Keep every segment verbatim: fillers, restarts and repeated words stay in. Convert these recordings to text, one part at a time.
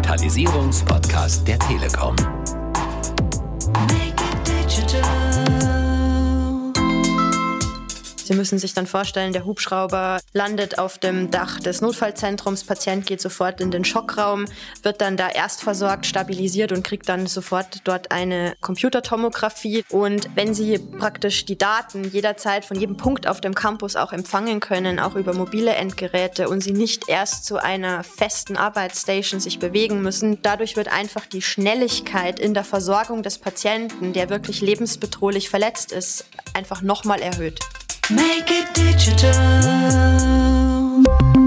Digitalisierungspodcast der Telekom. Sie müssen sich dann vorstellen, der Hubschrauber landet auf dem Dach des Notfallzentrums, Patient geht sofort in den Schockraum, wird dann da erst versorgt, stabilisiert und kriegt dann sofort dort eine Computertomographie. Und wenn Sie praktisch die Daten jederzeit von jedem Punkt auf dem Campus auch empfangen können, auch über mobile Endgeräte und Sie nicht erst zu einer festen Arbeitsstation sich bewegen müssen, dadurch wird einfach die Schnelligkeit in der Versorgung des Patienten, der wirklich lebensbedrohlich verletzt ist, einfach nochmal erhöht. Make it digital.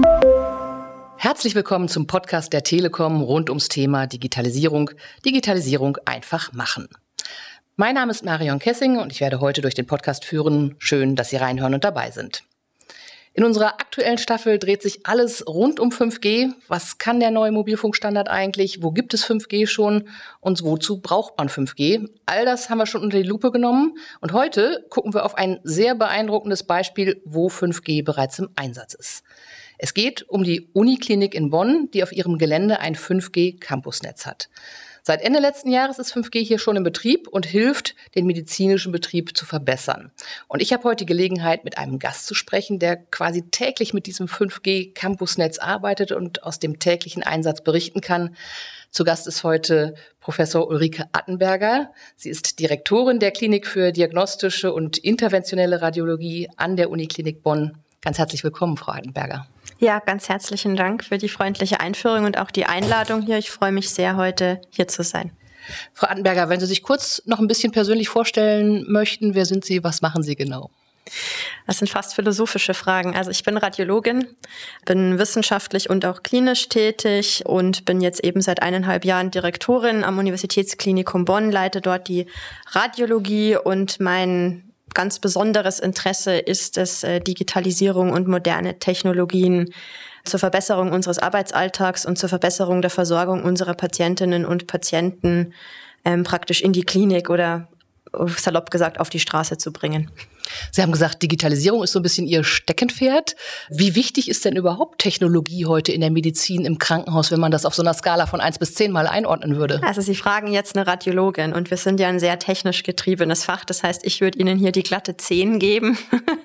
Herzlich willkommen zum Podcast der Telekom rund ums Thema Digitalisierung. Digitalisierung einfach machen. Mein Name ist Marion Kessing und ich werde heute durch den Podcast führen. Schön, dass Sie reinhören und dabei sind. In unserer aktuellen Staffel dreht sich alles rund um fünf G. Was kann der neue Mobilfunkstandard eigentlich? Wo gibt es fünf G schon? Und wozu braucht man fünf G? All das haben wir schon unter die Lupe genommen. Und heute gucken wir auf ein sehr beeindruckendes Beispiel, wo fünf G bereits im Einsatz ist. Es geht um die Uniklinik in Bonn, die auf ihrem Gelände ein fünf G-Campusnetz hat. Seit Ende letzten Jahres ist fünf G hier schon im Betrieb und hilft, den medizinischen Betrieb zu verbessern. Und ich habe heute die Gelegenheit, mit einem Gast zu sprechen, der quasi täglich mit diesem fünf G-Campusnetz arbeitet und aus dem täglichen Einsatz berichten kann. Zu Gast ist heute Professor Ulrike Attenberger. Sie ist Direktorin der Klinik für diagnostische und interventionelle Radiologie an der Uniklinik Bonn. Ganz herzlich willkommen, Frau Attenberger. Ja, ganz herzlichen Dank für die freundliche Einführung und auch die Einladung hier. Ich freue mich sehr, heute hier zu sein. Frau Attenberger, wenn Sie sich kurz noch ein bisschen persönlich vorstellen möchten, wer sind Sie, was machen Sie genau? Das sind fast philosophische Fragen. Also ich bin Radiologin, bin wissenschaftlich und auch klinisch tätig und bin jetzt eben seit eineinhalb Jahren Direktorin am Universitätsklinikum Bonn, leite dort die Radiologie und mein ganz besonderes Interesse ist es, Digitalisierung und moderne Technologien zur Verbesserung unseres Arbeitsalltags und zur Verbesserung der Versorgung unserer Patientinnen und Patienten ähm, praktisch in die Klinik oder salopp gesagt auf die Straße zu bringen. Sie haben gesagt, Digitalisierung ist so ein bisschen Ihr Steckenpferd. Wie wichtig ist denn überhaupt Technologie heute in der Medizin, im Krankenhaus, wenn man das auf so einer Skala von eins bis zehn mal einordnen würde? Also Sie fragen jetzt eine Radiologin und wir sind ja ein sehr technisch getriebenes Fach. Das heißt, ich würde Ihnen hier die glatte zehn geben.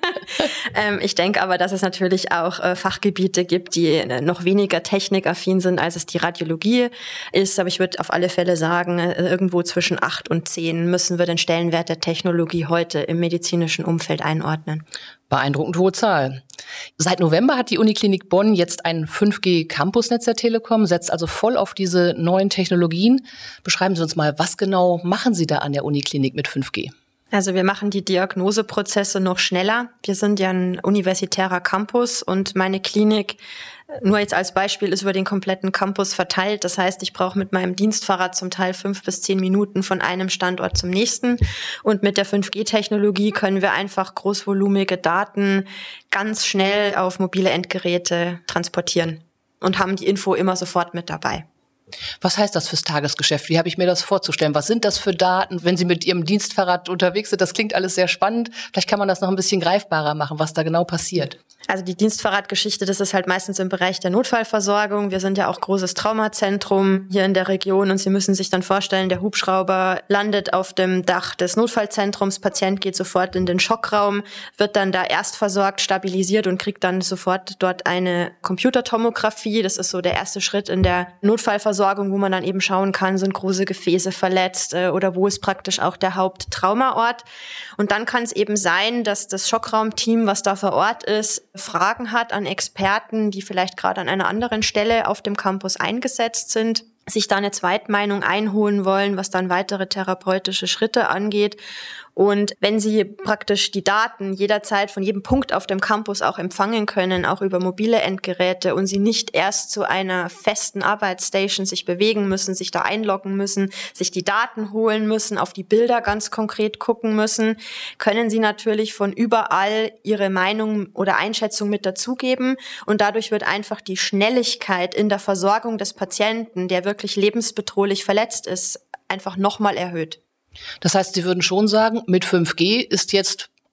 ähm, ich denke aber, dass es natürlich auch äh, Fachgebiete gibt, die noch weniger technikaffin sind, als es die Radiologie ist. Aber ich würde auf alle Fälle sagen, äh, irgendwo zwischen acht und zehn müssen wir den Stellenwert der Technologie heute im medizinischen Umfeld einordnen. Beeindruckend hohe Zahl. Seit November hat die Uniklinik Bonn jetzt ein fünf G-Campusnetz der Telekom, setzt also voll auf diese neuen Technologien. Beschreiben Sie uns mal, was genau machen Sie da an der Uniklinik mit fünf G? Also wir machen die Diagnoseprozesse noch schneller. Wir sind ja ein universitärer Campus und meine Klinik, nur jetzt als Beispiel, ist über den kompletten Campus verteilt. Das heißt, ich brauche mit meinem Dienstfahrrad zum Teil fünf bis zehn Minuten von einem Standort zum nächsten. Und mit der fünf G-Technologie können wir einfach großvolumige Daten ganz schnell auf mobile Endgeräte transportieren und haben die Info immer sofort mit dabei. Was heißt das fürs Tagesgeschäft? Wie habe ich mir das vorzustellen? Was sind das für Daten, wenn Sie mit Ihrem Dienstfahrrad unterwegs sind? Das klingt alles sehr spannend. Vielleicht kann man das noch ein bisschen greifbarer machen, was da genau passiert. Also die Dienstfahrradgeschichte, das ist halt meistens im Bereich der Notfallversorgung. Wir sind ja auch großes Traumazentrum hier in der Region und Sie müssen sich dann vorstellen, der Hubschrauber landet auf dem Dach des Notfallzentrums, Patient geht sofort in den Schockraum, wird dann da erst versorgt, stabilisiert und kriegt dann sofort dort eine Computertomographie. Das ist so der erste Schritt in der Notfallversorgung, wo man dann eben schauen kann, sind große Gefäße verletzt äh, oder wo ist praktisch auch der Haupttraumaort. Und dann kann es eben sein, dass das Schockraumteam, was da vor Ort ist, Fragen hat an Experten, die vielleicht gerade an einer anderen Stelle auf dem Campus eingesetzt sind, sich da eine Zweitmeinung einholen wollen, was dann weitere therapeutische Schritte angeht. Und wenn Sie praktisch die Daten jederzeit von jedem Punkt auf dem Campus auch empfangen können, auch über mobile Endgeräte und Sie nicht erst zu einer festen Arbeitsstation sich bewegen müssen, sich da einloggen müssen, sich die Daten holen müssen, auf die Bilder ganz konkret gucken müssen, können Sie natürlich von überall Ihre Meinung oder Einschätzung mit dazugeben. Und dadurch wird einfach die Schnelligkeit in der Versorgung des Patienten, der wirklich lebensbedrohlich verletzt ist, einfach nochmal erhöht. Das heißt, Sie würden schon sagen, mit fünf G ist jetzt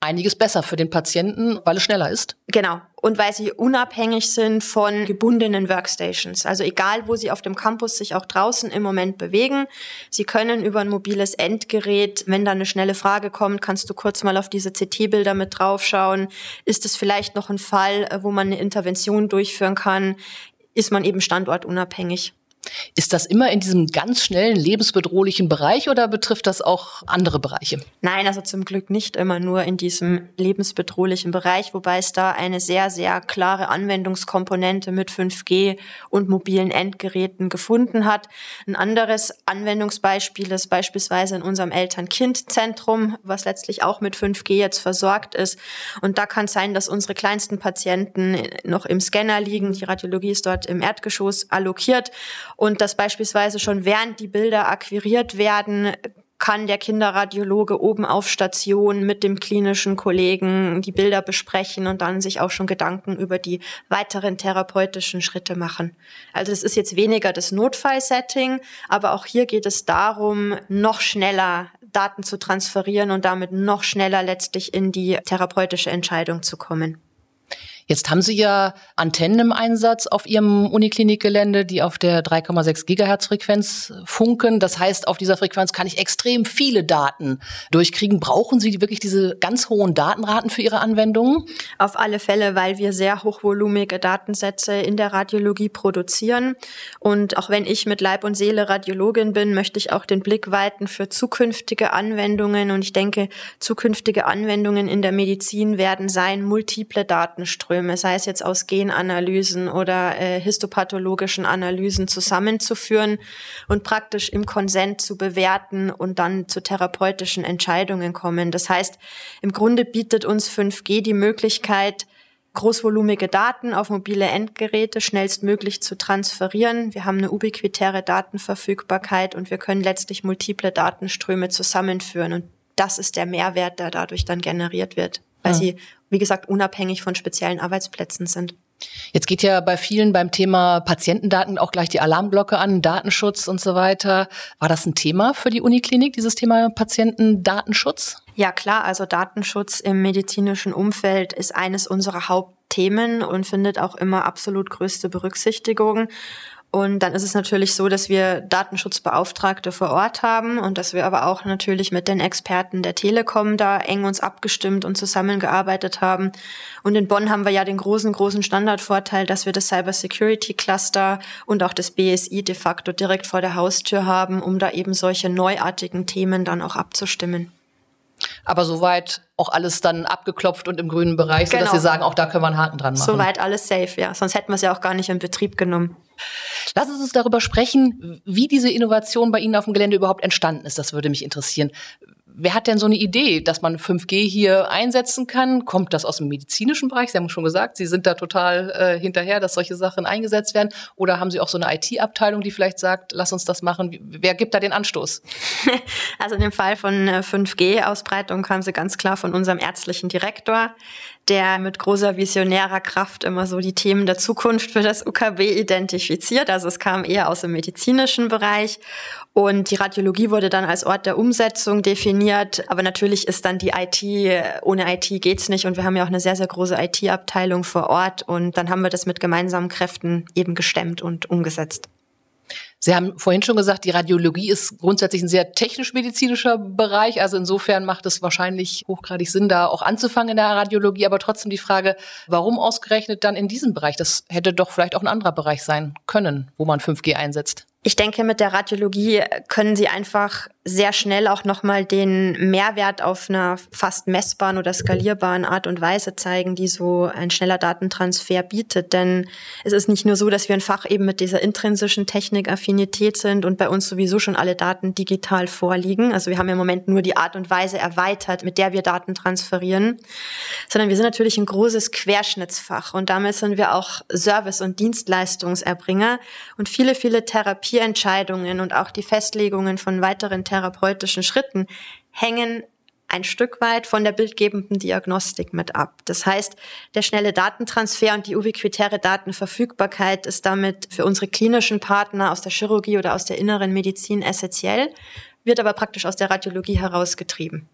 einiges besser für den Patienten, weil es schneller ist. Genau. Und weil sie unabhängig sind von gebundenen Workstations. Also egal, wo sie auf dem Campus sich auch draußen im Moment bewegen, sie können über ein mobiles Endgerät, wenn da eine schnelle Frage kommt, kannst du kurz mal auf diese C T-Bilder mit draufschauen. Ist es vielleicht noch ein Fall, wo man eine Intervention durchführen kann? Ist man eben standortunabhängig? Ist das immer in diesem ganz schnellen, lebensbedrohlichen Bereich oder betrifft das auch andere Bereiche? Nein, also zum Glück nicht immer nur in diesem lebensbedrohlichen Bereich, wobei es da eine sehr, sehr klare Anwendungskomponente mit fünf G und mobilen Endgeräten gefunden hat. Ein anderes Anwendungsbeispiel ist beispielsweise in unserem Eltern-Kind-Zentrum, was letztlich auch mit fünf G jetzt versorgt ist. Und da kann es sein, dass unsere kleinsten Patienten noch im Scanner liegen. Die Radiologie ist dort im Erdgeschoss allokiert. Und dass beispielsweise schon während die Bilder akquiriert werden, kann der Kinderradiologe oben auf Station mit dem klinischen Kollegen die Bilder besprechen und dann sich auch schon Gedanken über die weiteren therapeutischen Schritte machen. Also das ist jetzt weniger das Notfallsetting, aber auch hier geht es darum, noch schneller Daten zu transferieren und damit noch schneller letztlich in die therapeutische Entscheidung zu kommen. Jetzt haben Sie ja Antennen im Einsatz auf Ihrem Uniklinikgelände, die auf der drei Komma sechs Gigahertz Frequenz funken. Das heißt, auf dieser Frequenz kann ich extrem viele Daten durchkriegen. Brauchen Sie wirklich diese ganz hohen Datenraten für Ihre Anwendungen? Auf alle Fälle, weil wir sehr hochvolumige Datensätze in der Radiologie produzieren. Und auch wenn ich mit Leib und Seele Radiologin bin, möchte ich auch den Blick weiten für zukünftige Anwendungen. Und ich denke, zukünftige Anwendungen in der Medizin werden sein multiple Datenströme, sei es jetzt aus Genanalysen oder äh, histopathologischen Analysen zusammenzuführen und praktisch im Konsent zu bewerten und dann zu therapeutischen Entscheidungen kommen. Das heißt, im Grunde bietet uns fünf G die Möglichkeit, großvolumige Daten auf mobile Endgeräte schnellstmöglich zu transferieren. Wir haben eine ubiquitäre Datenverfügbarkeit und wir können letztlich multiple Datenströme zusammenführen. Und das ist der Mehrwert, der dadurch dann generiert wird, weil ja. sie, wie gesagt, unabhängig von speziellen Arbeitsplätzen sind. Jetzt geht ja bei vielen beim Thema Patientendaten auch gleich die Alarmglocke an, Datenschutz und so weiter. War das ein Thema für die Uniklinik, dieses Thema Patientendatenschutz? Ja klar, also Datenschutz im medizinischen Umfeld ist eines unserer Hauptthemen und findet auch immer absolut größte Berücksichtigung. Und dann ist es natürlich so, dass wir Datenschutzbeauftragte vor Ort haben und dass wir aber auch natürlich mit den Experten der Telekom da eng uns abgestimmt und zusammengearbeitet haben. Und in Bonn haben wir ja den großen, großen Standardvorteil, dass wir das Cyber Security Cluster und auch das B S I de facto direkt vor der Haustür haben, um da eben solche neuartigen Themen dann auch abzustimmen. Aber soweit auch alles dann abgeklopft und im grünen Bereich, sodass genau. Sie sagen, auch da können wir einen Haken dran machen. Soweit alles safe, ja. Sonst hätten wir es ja auch gar nicht in Betrieb genommen. Lassen Sie uns darüber sprechen, wie diese Innovation bei Ihnen auf dem Gelände überhaupt entstanden ist. Das würde mich interessieren. Wer hat denn so eine Idee, dass man fünf G hier einsetzen kann? Kommt das aus dem medizinischen Bereich? Sie haben schon gesagt, Sie sind da total äh, hinterher, dass solche Sachen eingesetzt werden. Oder haben Sie auch so eine I T-Abteilung, die vielleicht sagt, lass uns das machen? Wer gibt da den Anstoß? Also in dem Fall von fünf G-Ausbreitung kam sie ganz klar von unserem ärztlichen Direktor, der mit großer visionärer Kraft immer so die Themen der Zukunft für das U K B identifiziert. Also es kam eher aus dem medizinischen Bereich. Und die Radiologie wurde dann als Ort der Umsetzung definiert. Aber natürlich ist dann die I T, ohne I T geht's nicht. Und wir haben ja auch eine sehr, sehr große I T-Abteilung vor Ort. Und dann haben wir das mit gemeinsamen Kräften eben gestemmt und umgesetzt. Sie haben vorhin schon gesagt, die Radiologie ist grundsätzlich ein sehr technisch-medizinischer Bereich. Also insofern macht es wahrscheinlich hochgradig Sinn, da auch anzufangen in der Radiologie. Aber trotzdem die Frage, warum ausgerechnet dann in diesem Bereich? Das hätte doch vielleicht auch ein anderer Bereich sein können, wo man fünf G einsetzt. Ich denke, mit der Radiologie können Sie einfach sehr schnell auch nochmal den Mehrwert auf einer fast messbaren oder skalierbaren Art und Weise zeigen, die so ein schneller Datentransfer bietet. Denn es ist nicht nur so, dass wir ein Fach eben mit dieser intrinsischen Technikaffinität sind und bei uns sowieso schon alle Daten digital vorliegen. Also wir haben im Moment nur die Art und Weise erweitert, mit der wir Daten transferieren, sondern wir sind natürlich ein großes Querschnittsfach und damit sind wir auch Service- und Dienstleistungserbringer und viele, viele Therapien Entscheidungen und auch die Festlegungen von weiteren therapeutischen Schritten hängen ein Stück weit von der bildgebenden Diagnostik mit ab. Das heißt, der schnelle Datentransfer und die ubiquitäre Datenverfügbarkeit ist damit für unsere klinischen Partner aus der Chirurgie oder aus der inneren Medizin essentiell, wird aber praktisch aus der Radiologie herausgetrieben.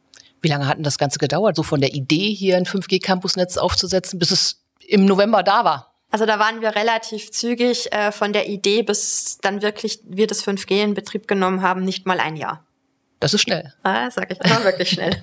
Wie lange hat denn das Ganze gedauert, so von der Idee, hier ein fünf G Campusnetz aufzusetzen, bis es im November da war? Also da waren wir relativ zügig äh, von der Idee, bis dann wirklich wir das fünf G in Betrieb genommen haben, nicht mal ein Jahr. Das ist schnell. Ah, sag ich, das war wirklich schnell.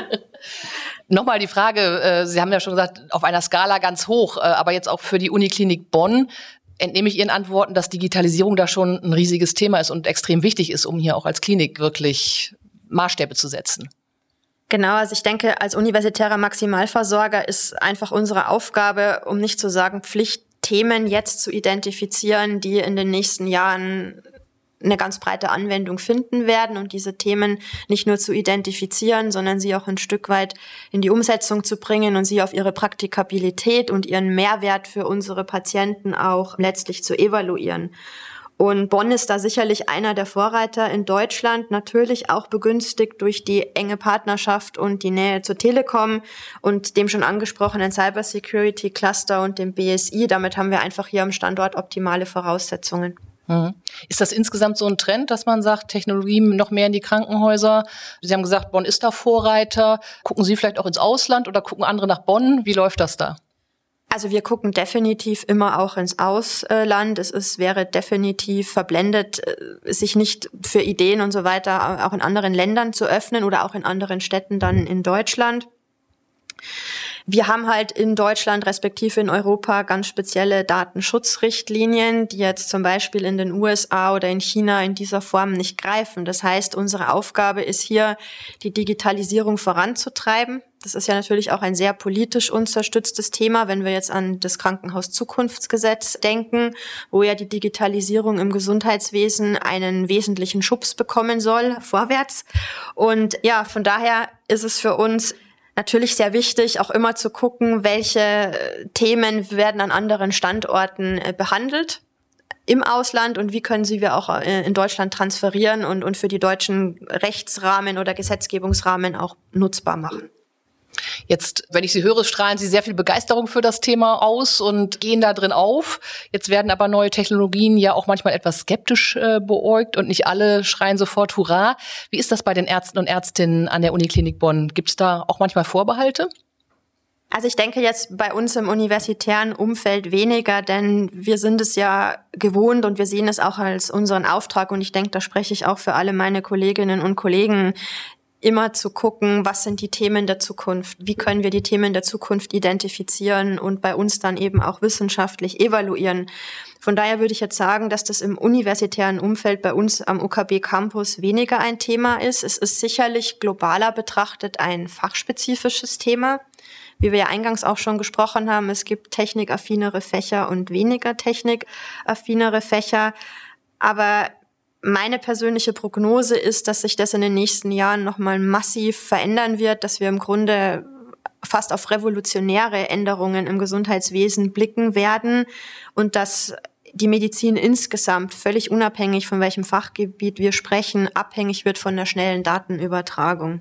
Nochmal die Frage, äh, Sie haben ja schon gesagt, auf einer Skala ganz hoch, äh, aber jetzt auch für die Uniklinik Bonn, entnehme ich Ihren Antworten, dass Digitalisierung da schon ein riesiges Thema ist und extrem wichtig ist, um hier auch als Klinik wirklich Maßstäbe zu setzen. Genau, also ich denke, als universitärer Maximalversorger ist einfach unsere Aufgabe, um nicht zu sagen Pflicht, Themen jetzt zu identifizieren, die in den nächsten Jahren eine ganz breite Anwendung finden werden und diese Themen nicht nur zu identifizieren, sondern sie auch ein Stück weit in die Umsetzung zu bringen und sie auf ihre Praktikabilität und ihren Mehrwert für unsere Patienten auch letztlich zu evaluieren. Und Bonn ist da sicherlich einer der Vorreiter in Deutschland, natürlich auch begünstigt durch die enge Partnerschaft und die Nähe zur Telekom und dem schon angesprochenen Cybersecurity Cluster und dem B S I. Damit haben wir einfach hier am Standort optimale Voraussetzungen. Mhm. Ist das insgesamt so ein Trend, dass man sagt, Technologie noch mehr in die Krankenhäuser? Sie haben gesagt, Bonn ist da Vorreiter. Gucken Sie vielleicht auch ins Ausland oder gucken andere nach Bonn? Wie läuft das da? Also wir gucken definitiv immer auch ins Ausland. Es ist, wäre definitiv verblendet, sich nicht für Ideen und so weiter auch in anderen Ländern zu öffnen oder auch in anderen Städten dann in Deutschland. Wir haben halt in Deutschland respektive in Europa ganz spezielle Datenschutzrichtlinien, die jetzt zum Beispiel in den U S A oder in China in dieser Form nicht greifen. Das heißt, unsere Aufgabe ist hier, die Digitalisierung voranzutreiben. Das ist ja natürlich auch ein sehr politisch unterstütztes Thema, wenn wir jetzt an das Krankenhauszukunftsgesetz denken, wo ja die Digitalisierung im Gesundheitswesen einen wesentlichen Schubs bekommen soll, vorwärts. Und ja, von daher ist es für uns natürlich sehr wichtig, auch immer zu gucken, welche Themen werden an anderen Standorten behandelt im Ausland und wie können sie wir auch in Deutschland transferieren und, und für die deutschen Rechtsrahmen oder Gesetzgebungsrahmen auch nutzbar machen. Jetzt, wenn ich Sie höre, strahlen Sie sehr viel Begeisterung für das Thema aus und gehen da drin auf. Jetzt werden aber neue Technologien ja auch manchmal etwas skeptisch äh, beäugt und nicht alle schreien sofort Hurra. Wie ist das bei den Ärzten und Ärztinnen an der Uniklinik Bonn? Gibt es da auch manchmal Vorbehalte? Also ich denke jetzt bei uns im universitären Umfeld weniger, denn wir sind es ja gewohnt und wir sehen es auch als unseren Auftrag und ich denke, da spreche ich auch für alle meine Kolleginnen und Kollegen, immer zu gucken, was sind die Themen der Zukunft, wie können wir die Themen der Zukunft identifizieren und bei uns dann eben auch wissenschaftlich evaluieren. Von daher würde ich jetzt sagen, dass das im universitären Umfeld bei uns am U K B Campus weniger ein Thema ist. Es ist sicherlich globaler betrachtet ein fachspezifisches Thema. Wie wir ja eingangs auch schon gesprochen haben, es gibt technikaffinere Fächer und weniger technikaffinere Fächer, aber meine persönliche Prognose ist, dass sich das in den nächsten Jahren nochmal massiv verändern wird, dass wir im Grunde fast auf revolutionäre Änderungen im Gesundheitswesen blicken werden und dass die Medizin insgesamt, völlig unabhängig von welchem Fachgebiet wir sprechen, abhängig wird von der schnellen Datenübertragung.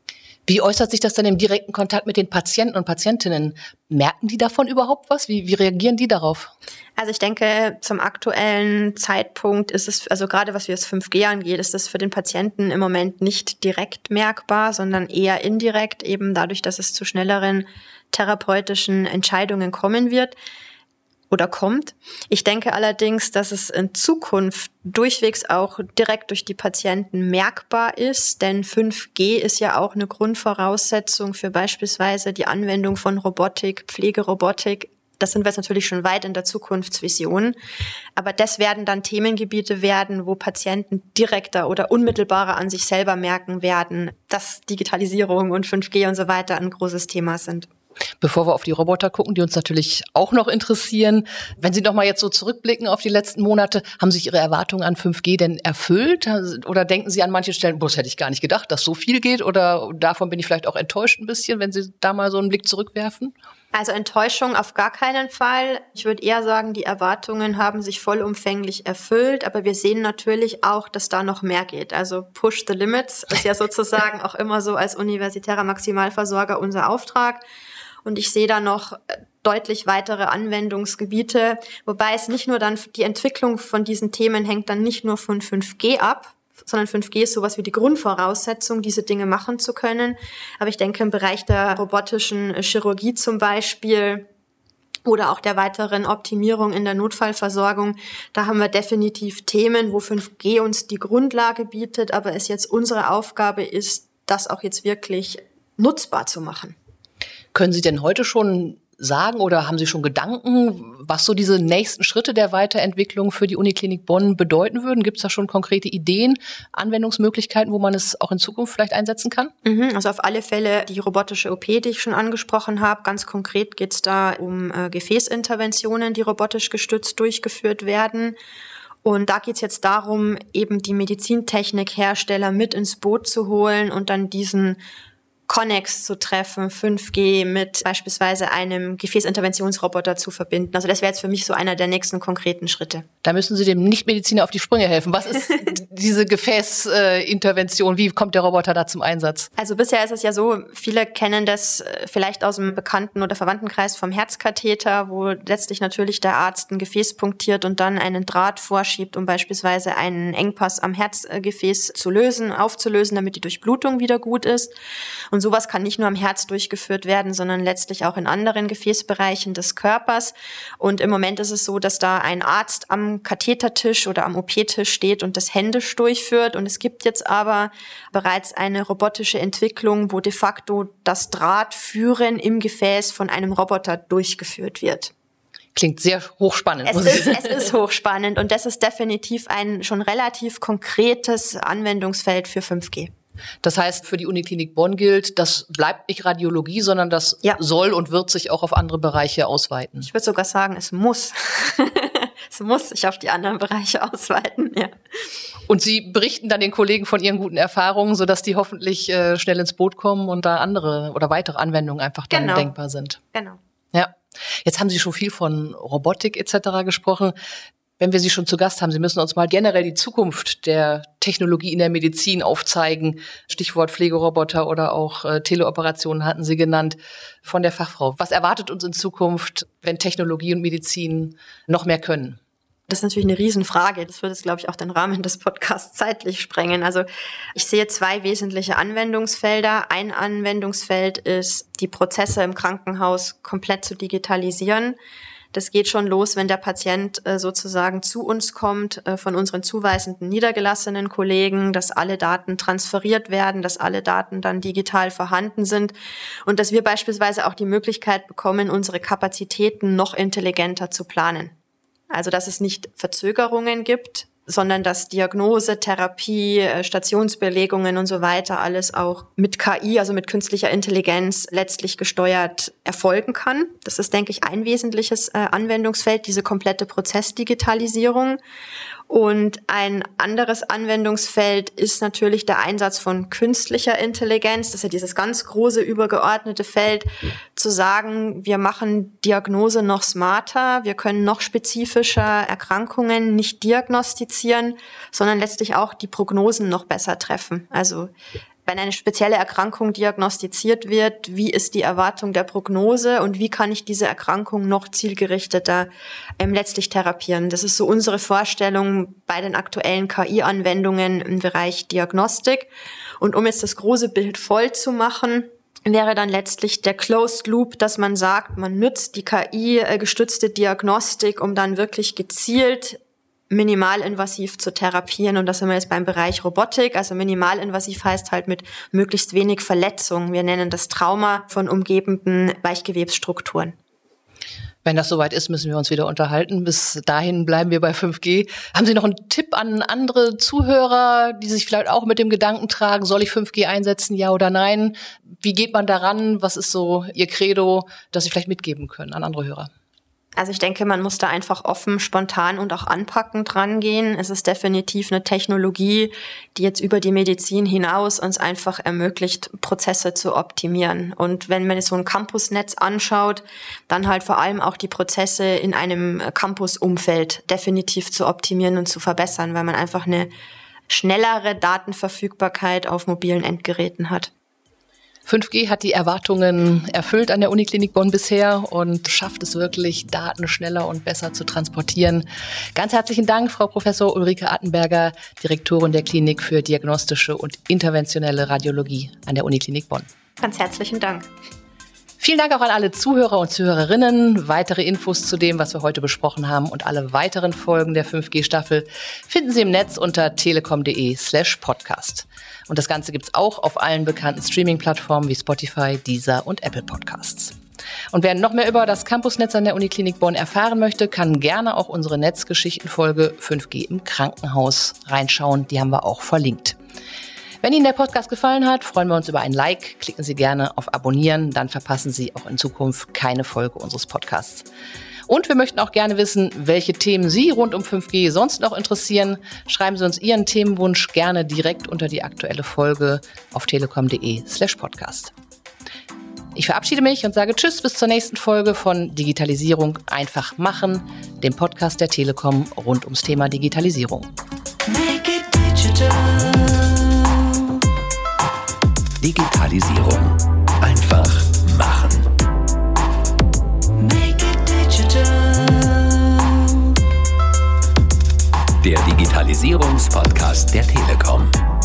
Wie äußert sich das dann im direkten Kontakt mit den Patienten und Patientinnen? Merken die davon überhaupt was? Wie, wie reagieren die darauf? Also ich denke, zum aktuellen Zeitpunkt ist es, also gerade was wir das fünf G angeht, ist das für den Patienten im Moment nicht direkt merkbar, sondern eher indirekt, eben dadurch, dass es zu schnelleren therapeutischen Entscheidungen kommen wird oder kommt. Ich denke allerdings, dass es in Zukunft durchwegs auch direkt durch die Patienten merkbar ist, denn fünf G ist ja auch eine Grundvoraussetzung für beispielsweise die Anwendung von Robotik, Pflegerobotik. Das sind wir jetzt natürlich schon weit in der Zukunftsvision. Aber das werden dann Themengebiete werden, wo Patienten direkter oder unmittelbarer an sich selber merken werden, dass Digitalisierung und fünf G und so weiter ein großes Thema sind. Bevor wir auf die Roboter gucken, die uns natürlich auch noch interessieren, wenn Sie noch mal jetzt so zurückblicken auf die letzten Monate, haben sich Ihre Erwartungen an fünf G denn erfüllt? Oder denken Sie an manchen Stellen, boah, das hätte ich gar nicht gedacht, dass so viel geht? Oder davon bin ich vielleicht auch enttäuscht ein bisschen, wenn Sie da mal so einen Blick zurückwerfen? Also Enttäuschung auf gar keinen Fall. Ich würde eher sagen, die Erwartungen haben sich vollumfänglich erfüllt, aber wir sehen natürlich auch, dass da noch mehr geht. Also push the limits ist ja sozusagen auch immer so als universitärer Maximalversorger unser Auftrag. Und ich sehe da noch deutlich weitere Anwendungsgebiete, wobei es nicht nur dann, die Entwicklung von diesen Themen hängt dann nicht nur von fünf G ab, sondern fünf G ist sowas wie die Grundvoraussetzung, diese Dinge machen zu können. Aber ich denke, im Bereich der robotischen Chirurgie zum Beispiel oder auch der weiteren Optimierung in der Notfallversorgung, da haben wir definitiv Themen, wo fünf G uns die Grundlage bietet, aber es jetzt unsere Aufgabe ist, das auch jetzt wirklich nutzbar zu machen. Können Sie denn heute schon sagen oder haben Sie schon Gedanken, was so diese nächsten Schritte der Weiterentwicklung für die Uniklinik Bonn bedeuten würden? Gibt es da schon konkrete Ideen, Anwendungsmöglichkeiten, wo man es auch in Zukunft vielleicht einsetzen kann? Mhm, also auf alle Fälle die robotische O P, die ich schon angesprochen habe. Ganz konkret geht es da um äh, Gefäßinterventionen, die robotisch gestützt durchgeführt werden. Und da geht es jetzt darum, eben die Medizintechnikhersteller mit ins Boot zu holen und dann diesen Connex zu treffen, fünf G mit beispielsweise einem Gefäßinterventionsroboter zu verbinden. Also das wäre jetzt für mich so einer der nächsten konkreten Schritte. Da müssen Sie dem Nichtmediziner auf die Sprünge helfen. Was ist diese Gefäßintervention? Wie kommt der Roboter da zum Einsatz? Also bisher ist es ja so, viele kennen das vielleicht aus dem Bekannten- oder Verwandtenkreis vom Herzkatheter, wo letztlich natürlich der Arzt ein Gefäß punktiert und dann einen Draht vorschiebt, um beispielsweise einen Engpass am Herzgefäß zu lösen, aufzulösen, damit die Durchblutung wieder gut ist. Und sowas kann nicht nur am Herz durchgeführt werden, sondern letztlich auch in anderen Gefäßbereichen des Körpers. Und im Moment ist es so, dass da ein Arzt am Kathetertisch oder am O P-Tisch steht und das händisch durchführt. Und es gibt jetzt aber bereits eine robotische Entwicklung, wo de facto das Drahtführen im Gefäß von einem Roboter durchgeführt wird. Klingt sehr hochspannend. Es ist, es ist hochspannend und das ist definitiv ein schon relativ konkretes Anwendungsfeld für fünf G. Das heißt, für die Uniklinik Bonn gilt, das bleibt nicht Radiologie, sondern das ja. soll und wird sich auch auf andere Bereiche ausweiten. Ich würde sogar sagen, es muss. Es muss sich auf die anderen Bereiche ausweiten, ja. Und Sie berichten dann den Kollegen von Ihren guten Erfahrungen, sodass die hoffentlich äh, schnell ins Boot kommen und da andere oder weitere Anwendungen einfach dann genau. denkbar sind. Genau. Ja. Jetzt haben Sie schon viel von Robotik et cetera gesprochen. Wenn wir Sie schon zu Gast haben, Sie müssen uns mal generell die Zukunft der Technologie in der Medizin aufzeigen. Stichwort Pflegeroboter oder auch äh, Teleoperationen hatten Sie genannt von der Fachfrau. Was erwartet uns in Zukunft, wenn Technologie und Medizin noch mehr können? Das ist natürlich eine Riesenfrage. Das wird jetzt, glaube ich, auch den Rahmen des Podcasts zeitlich sprengen. Also ich sehe zwei wesentliche Anwendungsfelder. Ein Anwendungsfeld ist, die Prozesse im Krankenhaus komplett zu digitalisieren. Das geht schon los, wenn der Patient äh, sozusagen zu uns kommt, äh, von unseren zuweisenden niedergelassenen Kollegen, dass alle Daten transferiert werden, dass alle Daten dann digital vorhanden sind und dass wir beispielsweise auch die Möglichkeit bekommen, unsere Kapazitäten noch intelligenter zu planen. Also dass es nicht Verzögerungen gibt, sondern dass Diagnose, Therapie, Stationsbelegungen und so weiter alles auch mit K I, also mit künstlicher Intelligenz letztlich gesteuert erfolgen kann. Das ist, denke ich, ein wesentliches äh, Anwendungsfeld, diese komplette Prozessdigitalisierung. Und ein anderes Anwendungsfeld ist natürlich der Einsatz von künstlicher Intelligenz. Das ist ja dieses ganz große übergeordnete Feld, zu sagen, wir machen Diagnose noch smarter, wir können noch spezifischer Erkrankungen nicht diagnostizieren, sondern letztlich auch die Prognosen noch besser treffen. Also wenn eine spezielle Erkrankung diagnostiziert wird, wie ist die Erwartung der Prognose und wie kann ich diese Erkrankung noch zielgerichteter ähm, letztlich therapieren? Das ist so unsere Vorstellung bei den aktuellen K I-Anwendungen im Bereich Diagnostik. Und um jetzt das große Bild voll zu machen, wäre dann letztlich der Closed Loop, dass man sagt, man nutzt die K I-gestützte Diagnostik, um dann wirklich gezielt minimalinvasiv zu therapieren. Und das sind wir jetzt beim Bereich Robotik. Also minimalinvasiv heißt halt mit möglichst wenig Verletzung. Wir nennen das Trauma von umgebenden Weichgewebsstrukturen. Wenn das soweit ist, müssen wir uns wieder unterhalten. Bis dahin bleiben wir bei fünf G. Haben Sie noch einen Tipp an andere Zuhörer, die sich vielleicht auch mit dem Gedanken tragen, soll ich fünf G einsetzen, ja oder nein? Wie geht man daran? Was ist so Ihr Credo, das Sie vielleicht mitgeben können an andere Hörer? Also ich denke, man muss da einfach offen, spontan und auch anpackend rangehen. Es ist definitiv eine Technologie, die jetzt über die Medizin hinaus uns einfach ermöglicht, Prozesse zu optimieren. Und wenn man jetzt so ein Campusnetz anschaut, dann halt vor allem auch die Prozesse in einem Campusumfeld definitiv zu optimieren und zu verbessern, weil man einfach eine schnellere Datenverfügbarkeit auf mobilen Endgeräten hat. fünf G hat die Erwartungen erfüllt an der Uniklinik Bonn bisher und schafft es wirklich, Daten schneller und besser zu transportieren. Ganz herzlichen Dank, Frau Professor Ulrike Attenberger, Direktorin der Klinik für diagnostische und interventionelle Radiologie an der Uniklinik Bonn. Ganz herzlichen Dank. Vielen Dank auch an alle Zuhörer und Zuhörerinnen. Weitere Infos zu dem, was wir heute besprochen haben und alle weiteren Folgen der fünf G-Staffel finden Sie im Netz unter telekom.de slash podcast. Und das Ganze gibt's auch auf allen bekannten Streaming-Plattformen wie Spotify, Deezer und Apple Podcasts. Und wer noch mehr über das Campusnetz an der Uniklinik Bonn erfahren möchte, kann gerne auch unsere Netzgeschichtenfolge fünf G im Krankenhaus reinschauen. Die haben wir auch verlinkt. Wenn Ihnen der Podcast gefallen hat, freuen wir uns über ein Like. Klicken Sie gerne auf Abonnieren, dann verpassen Sie auch in Zukunft keine Folge unseres Podcasts. Und wir möchten auch gerne wissen, welche Themen Sie rund um fünf G sonst noch interessieren. Schreiben Sie uns Ihren Themenwunsch gerne direkt unter die aktuelle Folge auf telekom.de slash podcast. Ich verabschiede mich und sage Tschüss bis zur nächsten Folge von Digitalisierung einfach machen, dem Podcast der Telekom rund ums Thema Digitalisierung. Make it digital. Digitalisierung. Einfach machen. Make it digital. Der Digitalisierungspodcast der Telekom.